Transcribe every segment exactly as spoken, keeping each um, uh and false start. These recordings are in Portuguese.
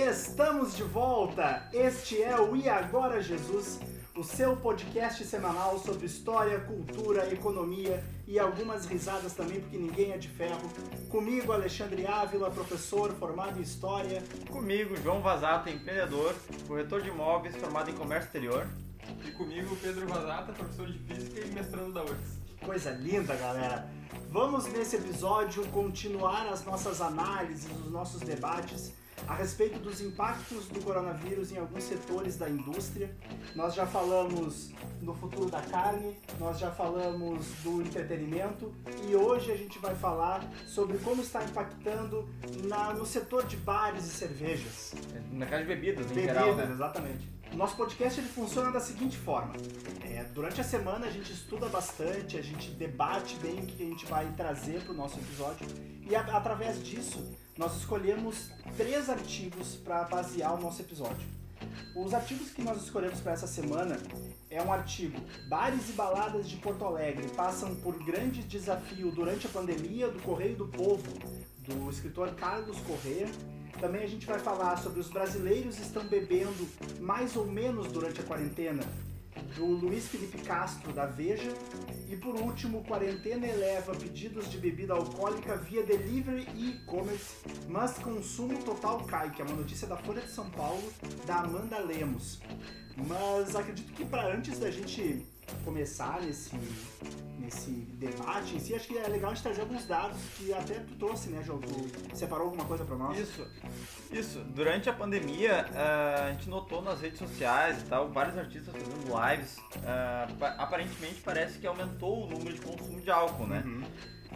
Estamos de volta! Este é o E Agora Jesus, o seu podcast semanal sobre história, cultura, economia e algumas risadas também, porque ninguém é de ferro. Comigo, Alexandre Ávila, professor formado em História. Comigo, João Vazata, empreendedor, corretor de imóveis, formado em Comércio Exterior. E comigo, Pedro Vazata, professor de Física e mestrando da U F S. Coisa linda, galera! Vamos, nesse episódio, continuar as nossas análises, os nossos debates a respeito dos impactos do coronavírus em alguns setores da indústria. Nós já falamos do futuro da carne, nós já falamos do entretenimento e hoje a gente vai falar sobre como está impactando na, no setor de bares e cervejas. No mercado de bebidas, em bebidas, geral, né? Exatamente. Nosso podcast ele funciona da seguinte forma. É, durante a semana a gente estuda bastante, a gente debate bem o que a gente vai trazer para o nosso episódio e a, através disso nós escolhemos três artigos para basear o nosso episódio. Os artigos que nós escolhemos para essa semana é um artigo Bares e baladas de Porto Alegre passam por grande desafio durante a pandemia, do Correio do Povo, do escritor Carlos Corrêa. Também a gente vai falar sobre os brasileiros estão bebendo mais ou menos durante a quarentena, do Luiz Felipe Castro, da Veja. E por último, quarentena eleva pedidos de bebida alcoólica via delivery e e-commerce, mas consumo total cai, que é uma notícia da Folha de São Paulo, da Amanda Lemos. Mas acredito que para antes da gente começar nesse, nesse debate em si, acho que é legal a gente trazer alguns dados que até tu trouxe, né, João? Tu separou alguma coisa para nós? Isso, isso. Durante a pandemia, a gente notou nas redes sociais e tal, vários artistas fazendo lives. Aparentemente parece que aumentou o número de consumo de álcool, né? Uhum.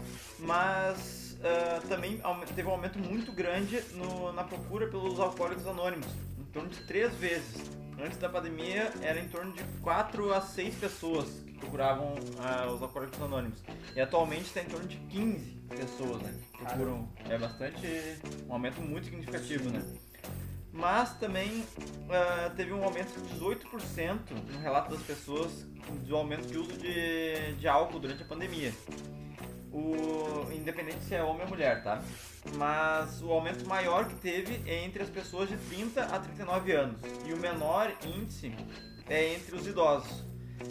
Mas uh, também teve um aumento muito grande no, na procura pelos alcoólicos anônimos, em torno de três vezes. Antes da pandemia, era em torno de quatro a seis pessoas que procuravam uh, os alcoólicos anônimos. E atualmente está em torno de quinze pessoas, né, que procuram. É bastante, um aumento muito significativo, né? Mas também uh, teve um aumento de dezoito por cento no relato das pessoas do aumento de uso de, de álcool durante a pandemia. O, independente se é homem ou mulher, tá? Mas o aumento maior que teve é entre as pessoas de trinta a trinta e nove anos e o menor índice é entre os idosos.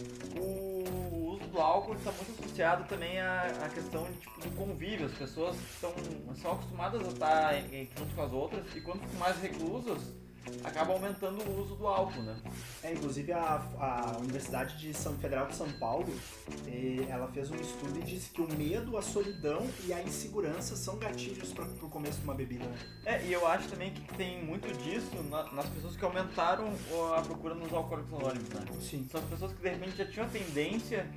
O uso do álcool está muito associado também à, à questão de, tipo, do convívio. As pessoas estão, são acostumadas a estar junto com as outras e quando ficam mais reclusas, acaba aumentando o uso do álcool, né? É, inclusive a, a Universidade de São Federal de São Paulo, ela fez um estudo e disse que o medo, a solidão e a insegurança são gatilhos para o começo de uma bebida, né? É, e eu acho também que tem muito disso na, nas pessoas que aumentaram a procura nos alcoólicos anônimos, né? Sim. São as pessoas que de repente já tinham a tendência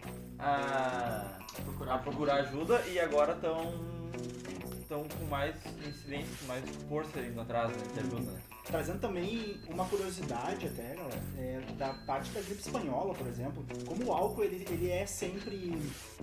a procurar, a procurar ajuda e agora estão estão com mais incidência, com mais força indo atrás, né, de ajuda, né? Trazendo também uma curiosidade até, galera, é, da parte da gripe espanhola, por exemplo, como o álcool ele, ele é sempre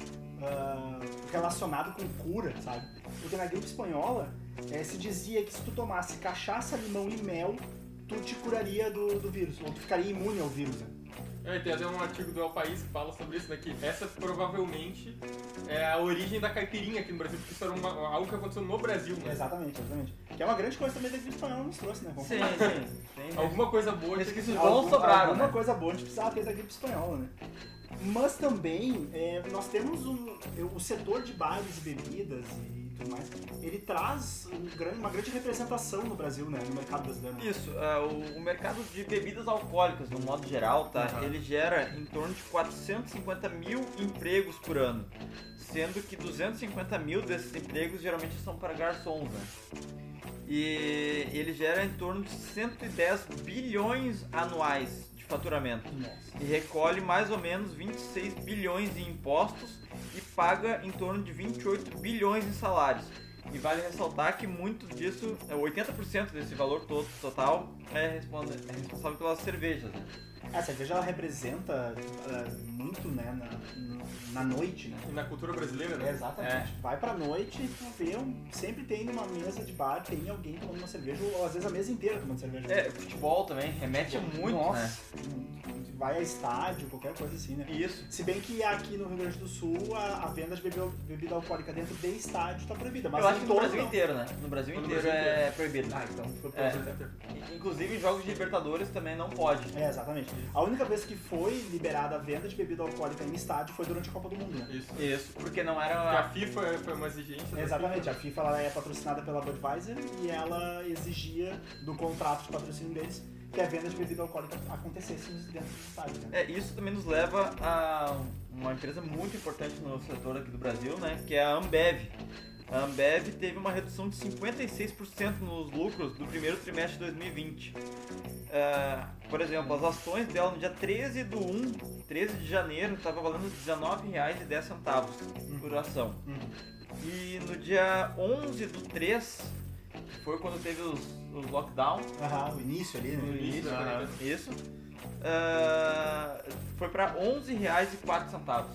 uh, relacionado com cura, sabe? Porque na gripe espanhola é, se dizia que se tu tomasse cachaça, limão e mel, tu te curaria do, do vírus, ou tu ficaria imune ao vírus, né? É, tem até um artigo do El País que fala sobre isso, né? Que essa provavelmente é a origem da caipirinha aqui no Brasil, porque isso era uma, algo que aconteceu no Brasil, né? Exatamente, exatamente. Que é uma grande coisa também da gripe espanhola nos trouxe, né? Sim, sim. Tem, alguma coisa boa. Resquícios que... bons sobraram, Alguma né? coisa boa a gente precisava ter da gripe espanhola, né? Mas também é, nós temos um, o setor de bares e bebidas e tudo mais, ele traz um, uma grande representação no Brasil, né, no mercado brasileiro. Isso, uh, o, o mercado de bebidas alcoólicas, no modo geral, tá, uhum. ele gera em torno de quatrocentos e cinquenta mil empregos por ano, sendo que duzentos e cinquenta mil desses empregos geralmente são para garçons, né? E ele gera em torno de cento e dez bilhões anuais de faturamento. Nossa. E recolhe mais ou menos vinte e seis bilhões em impostos e paga em torno de vinte e oito bilhões em salários. E vale ressaltar que muito disso, oitenta por cento desse valor todo total é responsável pelas cervejas, né? A cerveja ela representa uh, muito, né, na, na noite, né? E na cultura brasileira, né? É, exatamente. É. Vai pra noite e tu vê, um, sempre tem numa mesa de bar, tem alguém tomando uma cerveja, ou às vezes a mesa inteira tomando cerveja. É, futebol também, remete futebol. muito, Nossa, né? Vai a estádio, qualquer coisa assim, né? Isso. Se bem que aqui no Rio Grande do Sul, a, a venda de bebida, bebida alcoólica dentro de estádio tá proibida. Mas eu acho que no todo Brasil não. inteiro, né? No Brasil no inteiro Brasil é inteiro. proibido. Ah, então foi é. proibido. Inclusive em jogos de Libertadores também não pode. É, exatamente. A única vez que foi liberada a venda de bebida alcoólica em estádio foi durante a Copa do Mundo, né? Isso. Isso, porque não era... Porque a FIFA foi uma exigência. Exatamente, FIFA. a FIFA ela é patrocinada pela Budweiser e ela exigia do contrato de patrocínio deles que a venda de bebida alcoólica acontecesse dentro do estádio, né? É, isso também nos leva a uma empresa muito importante no setor aqui do Brasil, né? Que é a Ambev. A Ambev teve uma redução de cinquenta e seis por cento nos lucros do primeiro trimestre de dois mil e vinte. Uh, por exemplo, as ações dela no dia treze do um, treze de janeiro, estava valendo dezenove reais e dez centavos por ação. Uhum. E no dia onze do três, que foi quando teve os, os lockdown. Aham, o início ali, né? O início, né? Isso. Uh, foi para onze reais e quatro centavos.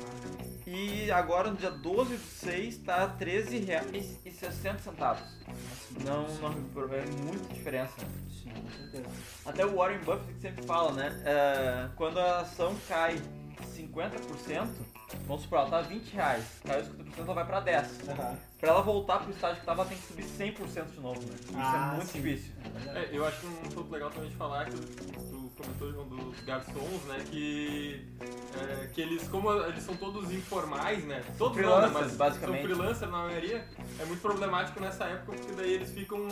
E agora no dia doze do seis está treze reais e sessenta centavos. Não, não é muita diferença. Sim, com certeza. Até o Warren Buffett sempre fala, né? Uh, quando a ação cai cinquenta por cento, vamos supor, ela tá vinte reais, caiu cinquenta por cento, ela vai para dez. Uhum. Para ela voltar pro estágio que tava, ela tem que subir cem por cento de novo, né? Isso ah, é muito sim. difícil. É, eu acho que um ponto legal também de falar que tu comentou, João, dos garçons, né? Que, é, que eles, como eles são todos informais, né? Todos não, né, mas basicamente. São freelancers na maioria, é muito problemático nessa época porque daí eles ficam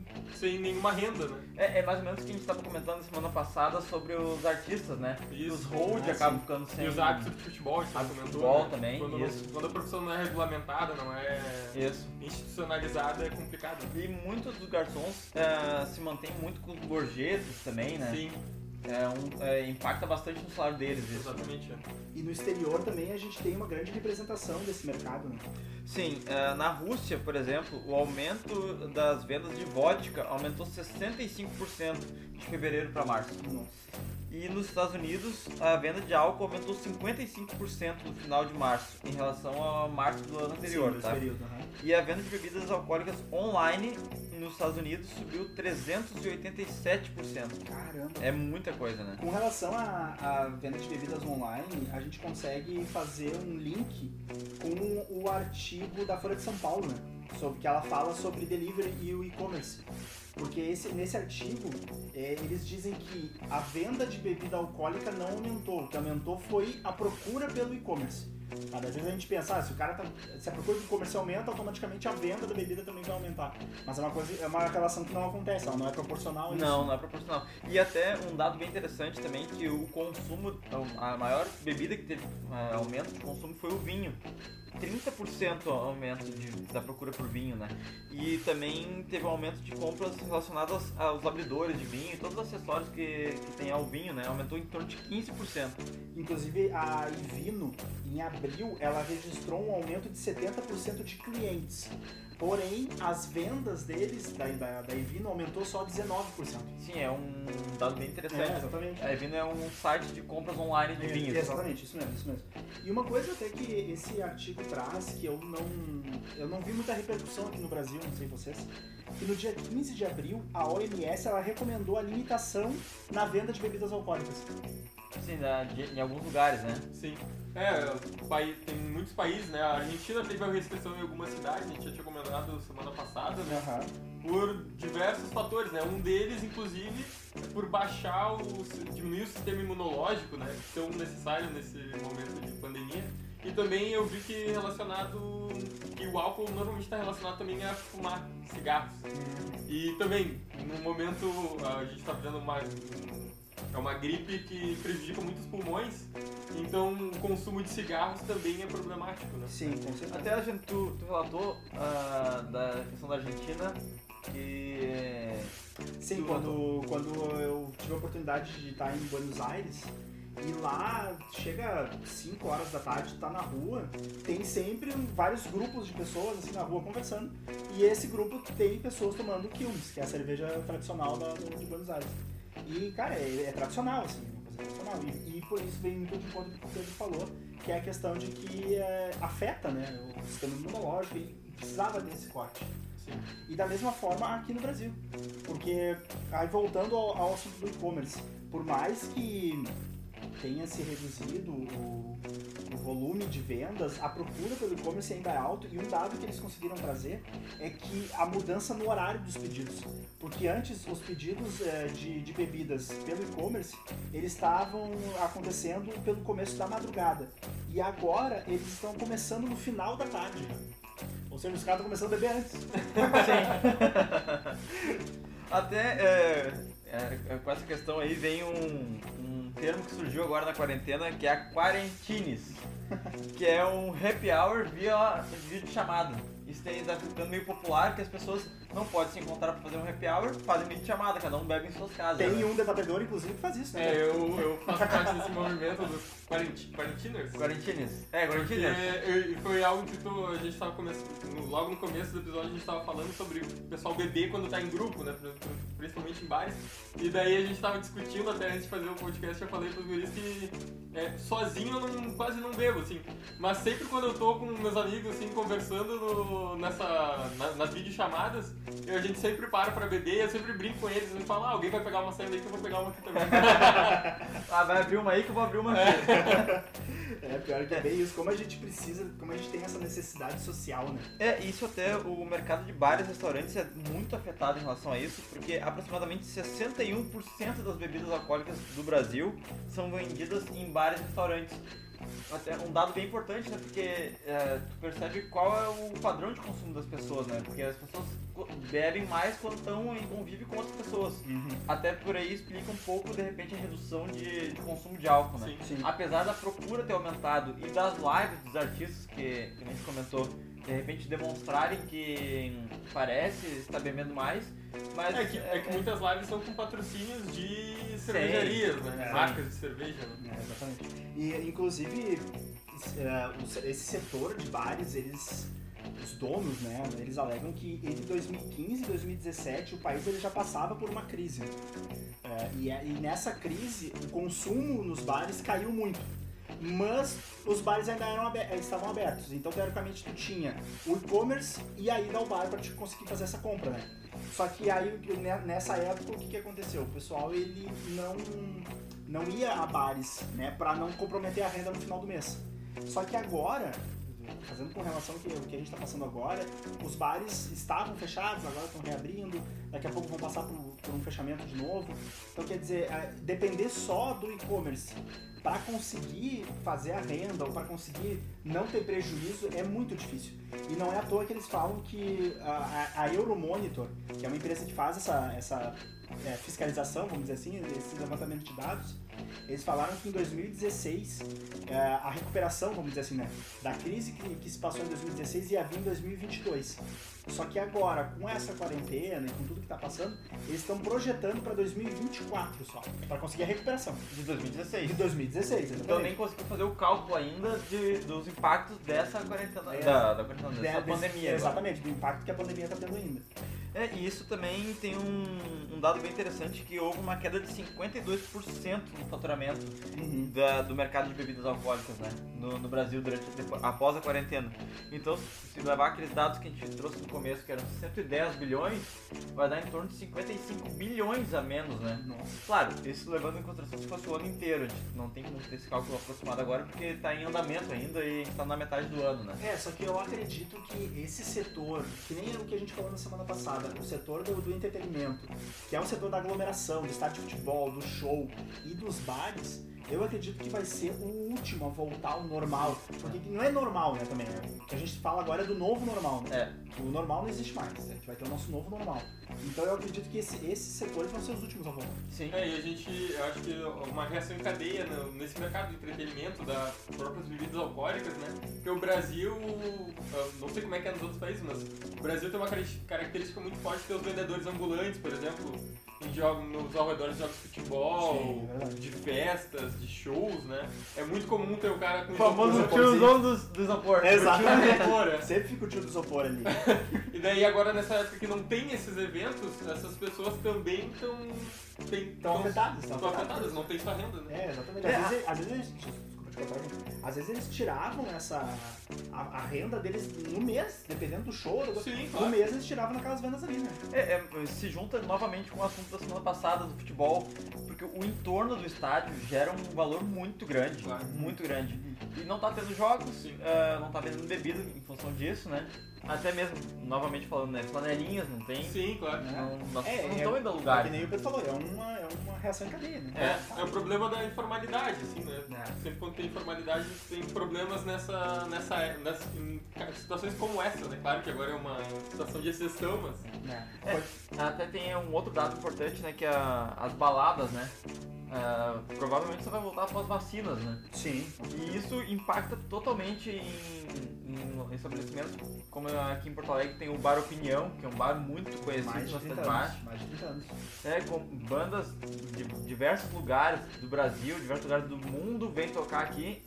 sem nenhuma renda, né? É, é mais ou menos o que a gente estava comentando semana passada sobre os artistas, né? Isso. Os hold ah, acabam sim. ficando sem... E os hábitos de futebol, a gente comentou, futebol né? também, quando, isso. Quando a profissão não é regulamentada, não é Isso. institucionalizada, é complicado. E muitos dos garçons uh, se mantêm muito com gorjetas também, né? Sim. É um, é, impacta bastante no salário deles. Isso. Exatamente. É. E no exterior também a gente tem uma grande representação desse mercado, né? Sim, uh, na Rússia, por exemplo, o aumento das vendas de vodka aumentou sessenta e cinco por cento de fevereiro para março. Nossa. E nos Estados Unidos, a venda de álcool aumentou cinquenta e cinco por cento no final de março, em relação a março do ano anterior, Sim, tá? período, uhum. E a venda de bebidas alcoólicas online nos Estados Unidos subiu trezentos e oitenta e sete por cento. Caramba. É muita coisa, né? Com relação à, à venda de bebidas online, a gente consegue fazer um link com o artigo da Folha de São Paulo, né? Sobre, que ela fala sobre delivery e o e-commerce. Porque esse, nesse artigo, é, eles dizem que a venda de bebida alcoólica não aumentou. O que aumentou foi a procura pelo e-commerce. Às vezes a gente pensa, ah, se, o cara tá, se a procura do e-commerce aumenta, automaticamente a venda da bebida também vai aumentar. Mas é uma, coisa, é uma relação que não acontece, ela não é proporcional a isso. Não, não é proporcional. E até um dado bem interessante também, que o consumo, a maior bebida que teve uh, aumento de consumo foi o vinho. trinta por cento aumento de, da procura por vinho, né? E também teve um aumento de compras relacionadas aos abridores de vinho e todos os acessórios que, que tem ao vinho, né? Aumentou em torno de quinze por cento. Inclusive a Ivino, em abril, ela registrou um aumento de setenta por cento de clientes. Porém, as vendas deles, da, da, da Ivino, aumentou só dezenove por cento. Sim, é um dado bem interessante. É, exatamente. A Ivino é um site de compras online de É, vinhos. Exatamente, isso mesmo, isso mesmo. E uma coisa até que esse artigo traz, que eu não, eu não vi muita repercussão aqui no Brasil, não sei vocês, que no dia quinze de abril, a O M S ela recomendou a limitação na venda de bebidas alcoólicas. Sim, na, de, em alguns lugares, né? Sim. É, tem muitos países, né? A Argentina teve uma restrição em algumas cidades, a gente já tinha comentado semana passada, né? Uhum. Por diversos fatores, né? Um deles, inclusive, é por baixar, o, diminuir o sistema imunológico, né? Tão necessário nesse momento de pandemia. E também eu vi que relacionado, que o álcool normalmente está relacionado também a fumar cigarros. Uhum. E também, no momento, a gente está vivendo uma... É uma gripe que prejudica muitos pulmões, então o consumo de cigarros também é problemático, né? Sim, com certeza. Até a gente, tu, tu relatou uh, da questão da Argentina que... Sim, quando, quando eu tive a oportunidade de estar em Buenos Aires, e lá chega cinco horas da tarde, tu tá na rua, tem sempre vários grupos de pessoas assim na rua conversando, e esse grupo tem pessoas tomando Quilmes, que é a cerveja tradicional da, de Buenos Aires. E, cara, é, é tradicional, assim, proporcional. E, e por isso vem muito de encontro com o que o Pedro falou, que é a questão de que é, afeta, né, o sistema imunológico e precisava desse corte. Sim. E da mesma forma aqui no Brasil. Porque, aí voltando ao, ao assunto do e-commerce, por mais que tenha se reduzido o, o volume de vendas, a procura pelo e-commerce ainda é alto, e um dado que eles conseguiram trazer é que a mudança no horário dos pedidos. Porque antes os pedidos é, de, de bebidas pelo e-commerce, eles estavam acontecendo pelo começo da madrugada. E agora eles estão começando no final da tarde. Ou seja, os caras estão começando a beber antes. Sim. Até é, é, com essa questão aí vem um, um termo que surgiu agora na quarentena, que é a quarentines, que é um happy hour via vídeo chamada. Isso está ficando meio popular, que as pessoas não podem se encontrar para fazer um happy hour, fazem vídeo chamada, cada um bebe em suas casas. Tem né? um debatedor, inclusive, que faz isso, né? É, eu, eu faço parte desse movimento dos quarenti- quarentiners. Quarentines. É, Porque quarentines. eu- foi algo que tu, a gente tava começando, logo no começo do episódio a gente tava falando sobre o pessoal beber quando tá em grupo, né, principalmente em bares, e daí a gente tava discutindo até antes de fazer o podcast, eu falei pros guris que é, sozinho eu não, quase não bebo, assim, mas sempre quando eu tô com meus amigos, assim, conversando no, nessa, na, nas videochamadas, eu, a gente sempre para pra beber, eu sempre brinco com eles, e falo, ah, alguém vai pegar uma cerveja aí que eu vou pegar uma aqui também. Ah, vai abrir uma aí que eu vou abrir uma aqui. É, pior que é bem isso. Como a gente precisa, como a gente tem essa necessidade social, né? É, isso até o mercado de bares e restaurantes é muito afetado em relação a isso, porque aproximadamente sessenta e um por cento das bebidas alcoólicas do Brasil são vendidas em bares e restaurantes. Até um dado bem importante, né? Porque é, tu percebe qual é o padrão de consumo das pessoas, né? Porque as pessoas bebem mais quando estão em convívio com outras pessoas. Uhum. Até por aí explica um pouco, de repente, a redução de, de consumo de álcool, né? Sim. Apesar da procura ter aumentado e das lives dos artistas, que, que a gente comentou, de repente demonstrarem que parece estar bebendo mais, mas... É que, é que muitas lives são com patrocínios de cervejarias, né? É. Marcas de cerveja, né? É, exatamente. E, inclusive, esse, esse setor de bares, eles... Os donos, né, eles alegam que entre dois mil e quinze e dois mil e dezessete o país ele já passava por uma crise. É, e, e nessa crise, o consumo nos bares caiu muito. Mas os bares ainda eram abertos, estavam abertos. Então, teoricamente, tu tinha o e-commerce e a ida ao bar para te conseguir fazer essa compra, né? Só que aí, nessa época, o que, que aconteceu? O pessoal, ele não, não ia a bares, né, para não comprometer a renda no final do mês. Só que agora... Fazendo com relação ao que, o que a gente está passando agora, os bares estavam fechados, agora estão reabrindo, daqui a pouco vão passar por, por um fechamento de novo. Então, quer dizer, é, depender só do e-commerce para conseguir fazer a renda ou para conseguir não ter prejuízo é muito difícil. E não é à toa que eles falam que a, a Euromonitor, que é uma empresa que faz essa, essa é, fiscalização, vamos dizer assim, esse levantamento de dados, eles falaram que em dois mil e dezesseis é, a recuperação, vamos dizer assim, né, da crise que, que se passou em dois mil e dezesseis ia vir em dois mil e vinte e dois. Só que agora, com essa quarentena e com tudo que está passando, eles estão projetando para dois mil e vinte e quatro só, para conseguir a recuperação. De dois mil e dezesseis. De dois mil e dezesseis, exatamente. Então nem conseguiu fazer o cálculo ainda de, dos impactos dessa quarentena, É. da, da quarentena, De- dessa desse- pandemia. Exatamente, do impacto que a pandemia está tendo ainda. É, e isso também tem um, um dado bem interessante, que houve uma queda de cinquenta e dois por cento no faturamento Uhum. da, do mercado de bebidas alcoólicas, né, no, no Brasil durante, depois, após a quarentena. Então, se levar aqueles dados que a gente trouxe no começo, que eram cento e dez bilhões, vai dar em torno de cinquenta e cinco bilhões a menos, né? Nossa. Claro, isso levando em consideração se fosse o ano inteiro, a gente não tem como ter esse cálculo aproximado agora, porque está em andamento ainda e está na metade do ano, né? É, só que eu acredito que esse setor, que nem o que a gente falou na semana passada, o setor do, do entretenimento, que é o setor da aglomeração, do estádio de futebol, do show e dos bares, eu acredito que vai ser o último a voltar ao normal. Porque não é normal, né, também. Né? O que a gente fala agora é do novo normal, né? É. O normal não existe mais, a gente vai ter o nosso novo normal. Então eu acredito que esse, esses setores vão ser os últimos a voltar. Sim. É, e a gente, eu acho que uma reação em cadeia no, nesse mercado de entretenimento das próprias bebidas alcoólicas, né? Porque o Brasil, eu não sei como é que é nos outros países, mas o Brasil tem uma cari- característica muito forte que é os vendedores ambulantes, por exemplo, em jogos, nos arredores de jogos de futebol, Sim, é de festas, de shows, né? É muito comum ter o cara com O famoso isopor, tiozão do, do isopor. Exatamente. isopor, é. Sempre fica o tio do isopor ali. E daí agora nessa época que não tem esses eventos, essas pessoas também estão Estão afetadas, estão Estão afetadas. afetadas, não tem sua renda, né? É, exatamente. É, Às, vezes, às vezes eles. Desculpa te cortar, gente. Às vezes eles tiravam essa. A, a renda deles no mês, dependendo do show, do, Sim, no claro. mês eles tiravam naquelas vendas ali, né? É, é, se junta novamente com o assunto da semana passada do futebol, porque o entorno do estádio gera um valor muito grande, Claro. muito grande. E não tá tendo jogos, Sim. uh, não tá vendendo bebida em função disso, né? Até mesmo, novamente falando, né? Flanelinhas não tem. Sim, claro. Não, nós É, não é- estão indo a É lugar. que nem o Pedro falou, é uma, é uma reação em cadeia, né? É, é o problema da informalidade, assim, né? É. Sempre quando tem informalidade, tem problemas nessa, nessa, nessa em situações como essa, né? Claro que agora é uma situação de exceção, mas... É. É, até tem um outro dado importante, né? Que é a- as baladas, né? Uh, provavelmente só vai voltar após vacinas, né? Sim. E isso impacta totalmente em, em estabelecimentos como aqui em Porto Alegre tem o Bar Opinião, que é um bar muito conhecido Mais de na trinta cidade baixa. anos. Mais de trinta anos. É, com bandas de diversos lugares do Brasil, diversos lugares do mundo vêm tocar aqui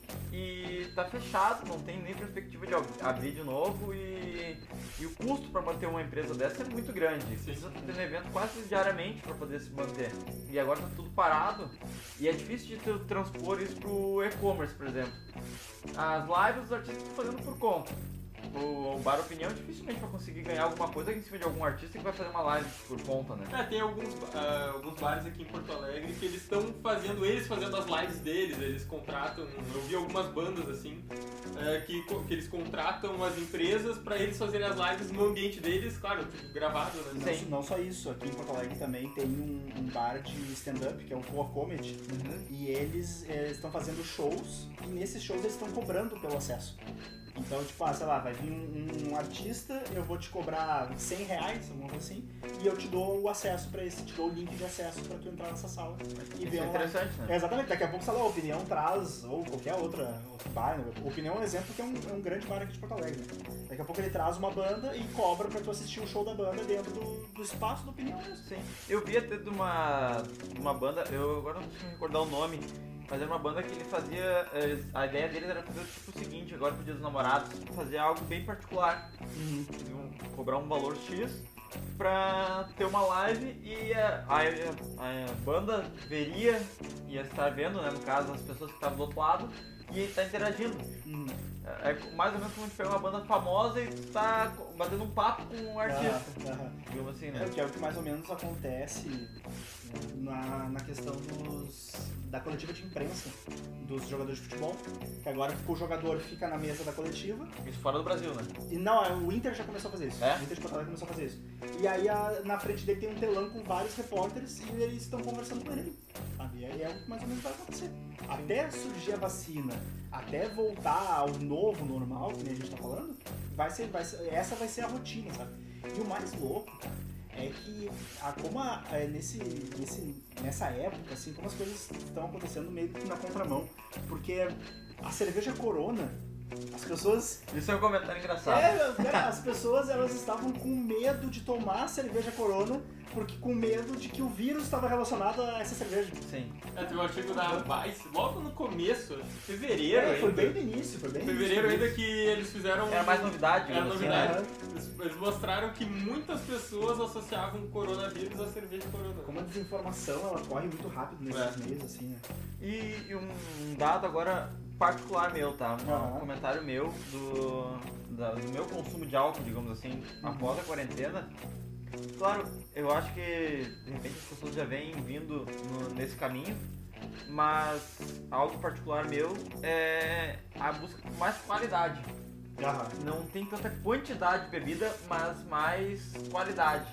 e tá fechado, não tem nem perspectiva de ab- abrir de novo e, e o custo para manter uma empresa dessa é muito grande. Precisa ter um evento quase diariamente para poder se manter. E agora tá tudo parado e é difícil de tu transpor isso pro e-commerce, por exemplo. As lives os artistas estão fazendo por conta. O, o Bar Opinião dificilmente vai conseguir ganhar alguma coisa em cima de algum artista que vai fazer uma live por conta, né? É, tem alguns, ah, alguns bares aqui em Porto Alegre que eles estão fazendo, eles fazendo as lives deles, eles contratam, eu vi algumas bandas assim, é, que, co- que eles contratam as empresas pra eles fazerem as lives no ambiente deles, claro, tipo, gravado, né? Não, Sim. não só isso, aqui em Porto Alegre também tem um, um bar de stand-up, que é o Core Comedy, e eles eh, estão fazendo shows, e nesses shows eles estão cobrando pelo acesso. Então, tipo, ah, sei lá, vai vir um, um artista, eu vou te cobrar cem reais, alguma coisa assim, e eu te dou o acesso pra esse, te dou o link de acesso pra tu entrar nessa sala e Isso ver é uma live. interessante, né? É, exatamente, daqui a pouco, sei lá, a Opinião traz, ou qualquer outra, outro bar, né? O Opinião é um exemplo que é um, é um grande bar aqui de Porto Alegre, né? Daqui a pouco ele traz uma banda e cobra pra tu assistir o show da banda dentro do, do espaço da Opinião mesmo. Sim. Eu vi até de uma, de uma banda, eu agora não consigo me recordar o nome, mas era uma banda que ele fazia, eh, a ideia deles era fazer tipo o seguinte, agora pro Dia dos Namorados, fazer algo bem particular. Eles iam cobrar um valor X pra ter uma live e a, a, a- a banda veria, ia estar vendo, né, no caso, as pessoas que estavam do outro lado, e estar interagindo. Uhum. É é mais ou menos como a gente pega uma banda famosa e tu tá batendo um papo com um artista. Aham, aham. Digamos assim, É, né? que é o que mais ou menos acontece né, na, na questão dos, da coletiva de imprensa dos jogadores de futebol, que agora o jogador fica na mesa da coletiva, Isso fora do Brasil, né? e não, o Inter já começou a fazer isso, É? o Inter de Porto Alegre começou a fazer isso, e aí a- na frente dele tem um telão com vários repórteres e eles estão conversando com ele, sabe? E aí é o que mais ou menos vai acontecer. Até surgir a vacina, até voltar ao novo normal, que nem a gente tá falando, vai ser, vai ser, essa vai ser a rotina, sabe? E o mais louco, cara, é que a, como a, é, nesse, nesse, nessa época, assim, como as coisas estão acontecendo meio que na contramão, porque a cerveja Corona, as pessoas Isso é um comentário engraçado. é, cara, as pessoas elas estavam com medo de tomar cerveja Corona, porque com medo de que o vírus estava relacionado a essa cerveja. Sim. É, teve um artigo da Vice, logo no começo, acho que fevereiro É, foi ainda. bem no início, foi bem no Fevereiro início. ainda que eles fizeram... Era mais novidade, Era digamos assim, novidade. né? Eles, eles mostraram que muitas pessoas associavam o coronavírus à cerveja Corona. Como a desinformação ela corre muito rápido nesses É. meios, assim, né? E, e um dado agora particular meu, tá? Um Aham. comentário meu do, da- do meu consumo de álcool, digamos assim, após a quarentena. Claro, eu acho que de repente as pessoas já vêm vindo no- nesse caminho, mas algo particular meu é a busca por mais qualidade. Aham. Não tem tanta quantidade de bebida, mas mais qualidade.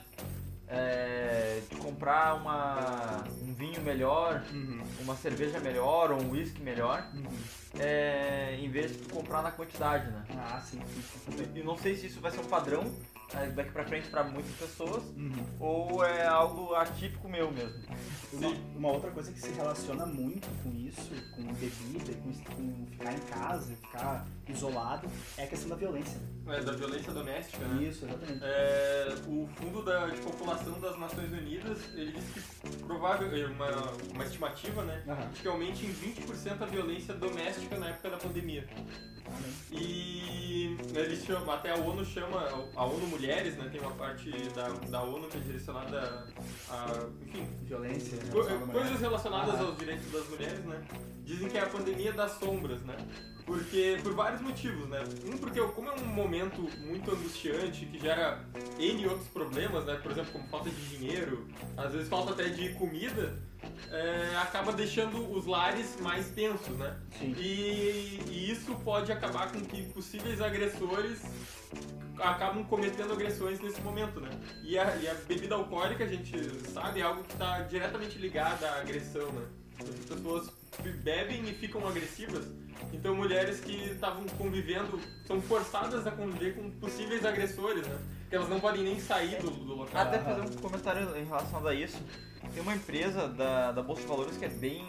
É, de comprar uma, um vinho melhor, Uhum. uma cerveja melhor ou um whisky melhor, Uhum. é, em vez de tu comprar na quantidade, né? Ah, sim, sim, sim. E não sei se isso vai ser um padrão daqui pra frente pra muitas pessoas, Uhum. ou é algo atípico meu mesmo. Uma, uma outra coisa que se relaciona muito com isso, com bebida, com, com ficar em casa, ficar isolado, é a questão da violência. É, da violência doméstica, né? Isso, exatamente. É, o Fundo da, de População das Nações Unidas, ele diz que provável, é uma, uma estimativa, né? Aham. De que aumente em vinte por cento a violência doméstica na época da pandemia. Amém. E eles chamam, até a ONU chama, a ONU Mulheres, né? Tem uma parte da, da ONU que é direcionada a, enfim, Violência. co- relacionada à mulher. coisas relacionadas Ah. aos direitos das mulheres, né? Dizem que é a pandemia das sombras, né? Porque, por vários motivos, né? Um, porque como é um momento muito angustiante, que gera N outros problemas, né? Por exemplo, como falta de dinheiro, às vezes falta até de comida, é, acaba deixando os lares mais tensos, né? Sim. E, e isso pode acabar com que possíveis agressores acabam cometendo agressões nesse momento, né? E a, e a bebida alcoólica, a gente sabe, é algo que está diretamente ligado à agressão, né? As pessoas bebem e ficam agressivas, então mulheres que estavam convivendo são forçadas a conviver com possíveis agressores, né? Porque elas não podem nem sair do, do local. Até fazer um comentário em relação a isso. Tem uma empresa da, da Bolsa de Valores que é bem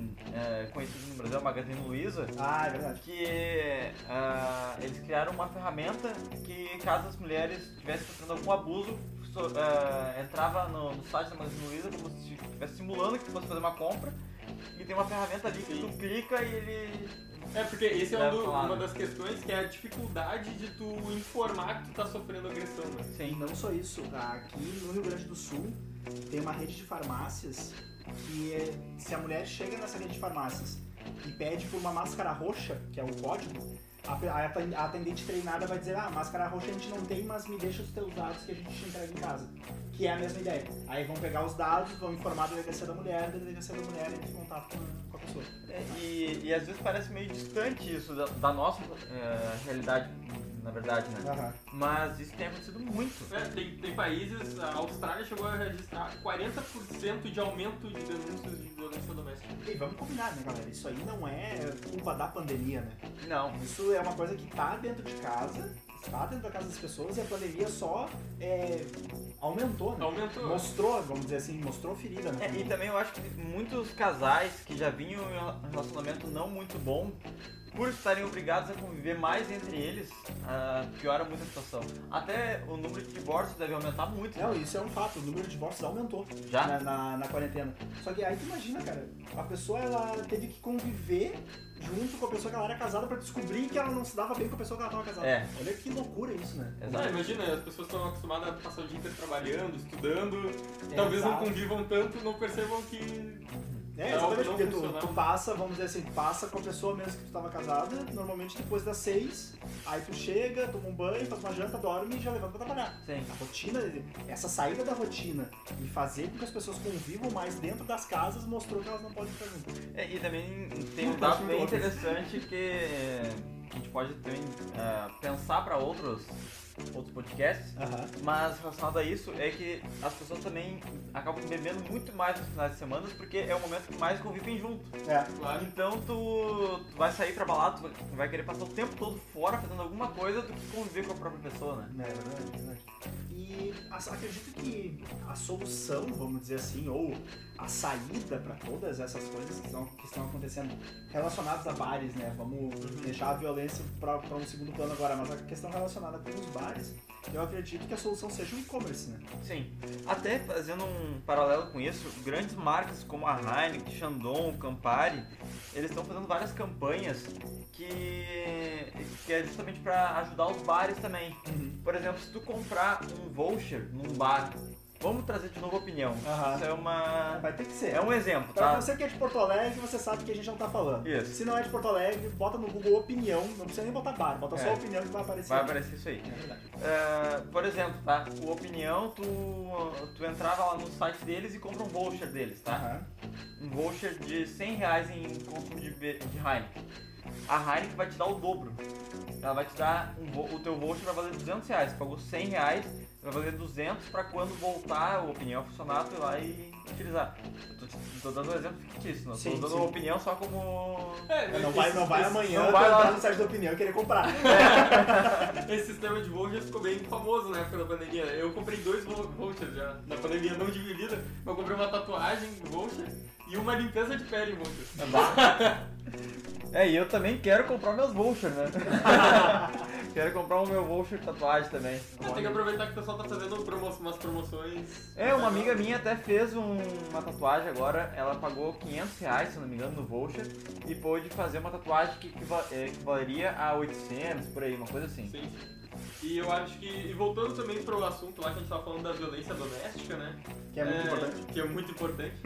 é, conhecida no Brasil, a Magazine Luiza, Ah, é verdade. que ah, eles criaram uma ferramenta que, caso as mulheres estivessem sofrendo algum abuso, so, ah, entrava no, no site da Magazine Luiza como se estivesse simulando que fosse fazer uma compra, e tem uma ferramenta ali que tu clica e ele... É, porque esse é um Deve do- falar, uma né? das questões que é a dificuldade de tu informar que tu tá sofrendo agressão, né? E Sim. não só isso, aqui no Rio Grande do Sul tem uma rede de farmácias que é, se a mulher chega nessa rede de farmácias e pede por uma máscara roxa, que é o código, a, pe- a aten- a atendente treinada vai dizer, ah, máscara roxa a gente não tem, mas me deixa os teus dados que a gente te entrega em casa. Que é a mesma ideia. Aí vão pegar os dados, vão informar a delegacia da mulher, da delegacia da mulher entra em contato com, com a pessoa. E, e às vezes parece meio distante isso da, da nossa é, realidade, na verdade, né? Aham. Mas isso tem acontecido muito. É, tem, tem países, a Austrália chegou a registrar quarenta por cento de aumento de denúncias de violência doméstica. E vamos combinar, né, galera? Isso aí não é culpa da pandemia, né? Não. Isso é uma coisa que tá dentro de casa, está dentro da casa das pessoas e a pandemia só é, aumentou, né? Aumentou. Mostrou, vamos dizer assim, mostrou ferida, né? É, e também eu acho que muitos casais que já vinham em um relacionamento não muito bom, por estarem obrigados a conviver mais entre eles, ah, piora muito a situação. Até o número de divórcios deve aumentar muito. Não, né? isso é um fato, o número de divórcios aumentou Já? na, na, na quarentena. Só que aí tu imagina, cara, a pessoa ela teve que conviver junto com a pessoa que ela era casada pra descobrir que ela não se dava bem com a pessoa que ela tava casada. É. Olha que loucura isso, né? Ah, Exato. imagina, as pessoas estão acostumadas a passar o dia inteiro trabalhando, estudando, talvez não exato. convivam tanto, não percebam que... É, É algo exatamente, não porque tu, funcional. tu passa, vamos dizer assim, tu passa com a pessoa mesmo que tu tava casada, normalmente depois das seis, aí tu chega, toma um banho, faz uma janta, dorme e já levanta pra trabalhar. Sim. A rotina, essa saída da rotina e fazer com que as pessoas convivam mais dentro das casas mostrou que elas não podem ficar juntas. É, e também tem um Eu dado acho bem muito louco interessante que, que a gente pode também ah, pensar para outros, outros podcasts, Aham. mas relacionado a isso é que as pessoas também acabam bebendo muito mais nos finais de semana porque é o momento que mais convivem junto. É. Claro. Então tu, tu vai sair pra balada, tu vai, tu vai querer passar o tempo todo fora fazendo alguma coisa do que conviver com a própria pessoa, né? É verdade, é verdade. E as- acredito que a solução, vamos dizer assim, ou a saída para todas essas coisas que estão, que estão acontecendo relacionadas a bares, né? Vamos deixar a violência para um segundo plano agora, mas a questão relacionada com os bares, eu acredito que a solução seja o e-commerce, né? Sim. Até fazendo um paralelo com isso, grandes marcas como a Heineken, Chandon, Campari, eles estão fazendo várias campanhas que, que é justamente para ajudar os bares também. Por exemplo, se tu comprar um voucher num bar, vamos trazer de novo a opinião. Aham. Isso é uma... Vai ter que ser. É um exemplo, Pra tá? você que é de Porto Alegre, você sabe que a gente não tá falando. Isso. Se não é de Porto Alegre, bota no Google opinião, não precisa nem botar bar, bota só É. opinião que vai aparecer. Vai aparecer isso aí. É verdade. É, por exemplo, tá? O Opinião, tu, tu entrava lá no site deles e compra um voucher deles, tá? Aham. Um voucher de cem reais em consumo de, be- de Heineken. A Heineken vai te dar o dobro. Ela vai te dar, um vo- o teu voucher vai valer duzentos reais. Você pagou cem reais, vai valer duzentos pra quando voltar o Opinião a funcionar, tu ir lá e utilizar. Eu tô, tô dando um exemplo fictício, não Sim, tô dando sim. uma opinião só como... É, Não vai, não vai esse- amanhã não não vai vai lá. no site da opinião e querer comprar. Esse sistema de vouchers ficou bem famoso na época da pandemia. Eu comprei dois vou- vouchers já. Na pandemia não dividida, eu comprei uma tatuagem voucher e uma limpeza de pele voucher. É, e eu também quero comprar meus vouchers, né? Quero comprar o meu voucher de tatuagem também. Ah, tem que aproveitar que o pessoal tá fazendo promo umas promoções. É, uma amiga minha até fez um- uma tatuagem agora, ela pagou quinhentos reais, se não me engano, no voucher, e pôde fazer uma tatuagem que equiva- é, equivaleria a oitocentos, por aí, uma coisa assim. Sim. E eu acho que, e voltando também pro assunto lá que a gente tava falando da violência doméstica, né? Que é muito importante. Que é muito importante.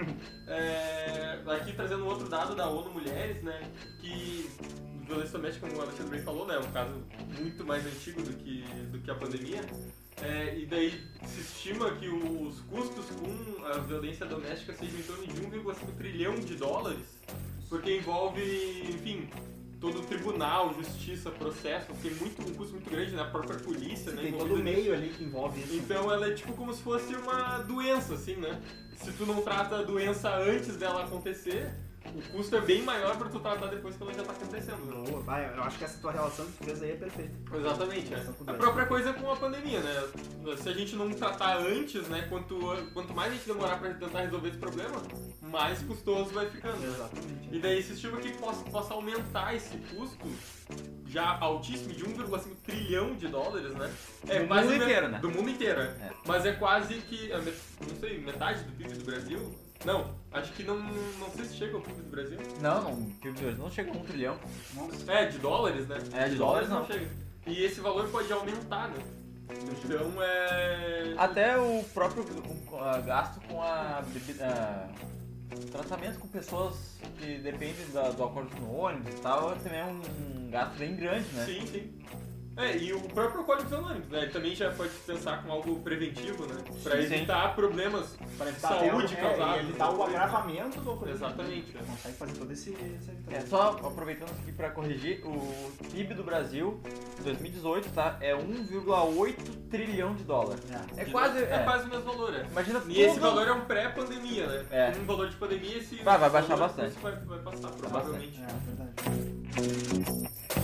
É, aqui trazendo um outro dado da ONU Mulheres, né? Que violência doméstica, como o Alexandre bem falou, né? É um caso muito mais antigo do que, do que a pandemia. É, e daí se estima que os custos com a violência doméstica sejam em torno de um vírgula cinco trilhão de dólares, porque envolve, enfim, todo o tribunal, justiça, processo, tem muito, um custo muito grande na própria polícia, né? Tem todo envolvida o nisso. meio ali que envolve isso. Então ela é tipo como se fosse uma doença, assim, né? Se tu não trata a doença antes dela acontecer, o custo é bem maior pra tu tratar depois que ela já tá acontecendo, né? Boa, vai, eu acho que essa tua relação que tu fez aí é perfeita. Exatamente, é. Relação com A doença. própria coisa com a pandemia, né? Se a gente não tratar antes, né? Quanto, quanto mais a gente demorar pra tentar resolver esse problema, mais custoso vai ficando, né? Exatamente. E daí se estima que possa, possa aumentar esse custo já altíssimo de um vírgula cinco trilhão de dólares, né? É Do quase mundo me- inteiro, né? Do mundo inteiro, é. É. Mas é quase que, é, met- não sei, metade do P I B do Brasil? Não, acho que não, não sei se chega ao P I B do Brasil. Não, não, o P I B do Brasil não chega a um trilhão. Nossa. É, de dólares, né? É, de dólares não. chega. E esse valor pode aumentar, né? Então é... Até o próprio o- a gasto com a bebida. Tratamento com pessoas que dependem da- do alcoólico no ônibus e tal, também é um gasto bem grande, né? Sim, sim. É, e o próprio Alcoólicos Anônimos, né? Ele também já pode pensar com algo preventivo, né? Pra Sim, evitar problemas Para de evitar saúde até, causados. É, evitar o agravamento do alcoolismo. Exatamente, é. Consegue fazer todo esse... esse É, só aproveitando aqui para corrigir, o P I B do Brasil, em dois mil e dezoito, tá? É um vírgula oito trilhão de dólares. É É quase... É, É, quase o mesmo valor, é. imagina E esse tudo- valor é um pré-pandemia, né? É. Um valor de pandemia, esse Vai, vai baixar valor bastante. Vai, vai passar, provavelmente. É, verdade.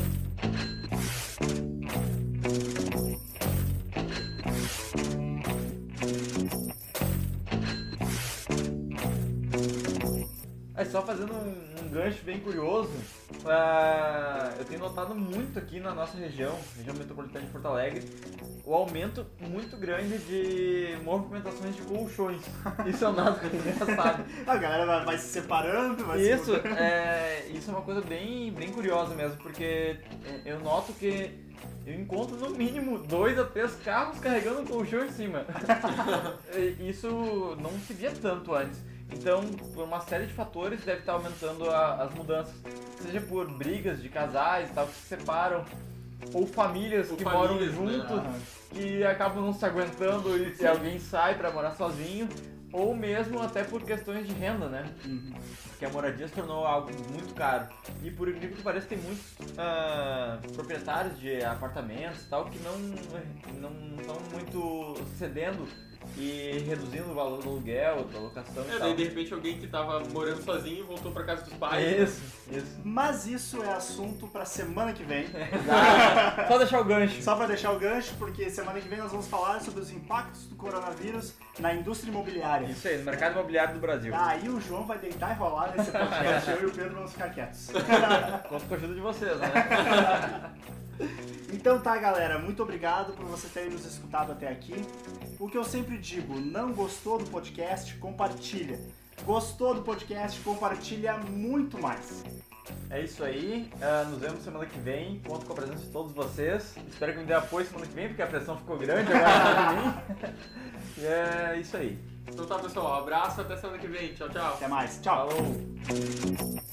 É, só fazendo um, um gancho bem curioso, ah, eu tenho notado muito aqui na nossa região, região metropolitana de Porto Alegre, o aumento muito grande de movimentações de colchões. Isso é um dado engraçado. A galera vai, vai se separando, vai se Isso mudando. é, isso é uma coisa bem, bem curiosa mesmo, porque eu noto que eu encontro no mínimo dois a três carros carregando um colchão em cima. E isso não se via tanto antes. Então, por uma série de fatores, deve estar aumentando a- as mudanças. Seja por brigas de casais e tal, que se separam, ou famílias Ou que famílias, moram né? juntos, Aham. que acabam não se aguentando e Sim. alguém sai pra morar sozinho, ou mesmo até por questões de renda, né? Uhum. Porque a moradia se tornou algo muito caro. E por incrível que pareça, tem muitos ah, proprietários de apartamentos e tal que não não estão muito cedendo e reduzindo o valor do aluguel, da locação É, e tal. daí de repente alguém que tava morando sozinho e voltou pra casa dos pais. né? Isso, isso. Mas isso é assunto pra semana que vem. Só deixar o gancho. Só pra deixar o gancho, porque semana que vem nós vamos falar sobre os impactos do coronavírus na indústria imobiliária. Isso aí, no mercado imobiliário do Brasil. Aí o João vai deitar e rolar nesse podcast, eu e o Pedro vamos ficar quietos. Conto com a ajuda de vocês, né? Então tá, galera, muito obrigado por vocês terem nos escutado até aqui. O que eu sempre digo, não gostou do podcast, compartilha. Gostou do podcast, compartilha muito mais. É isso aí, ah, nos vemos semana que vem, conto com a presença de todos vocês. Espero que me dê apoio semana que vem, porque a pressão ficou grande agora em mim. E é isso aí. Então tá, pessoal, um abraço, até semana que vem. Tchau, tchau. Até mais, tchau. Falou!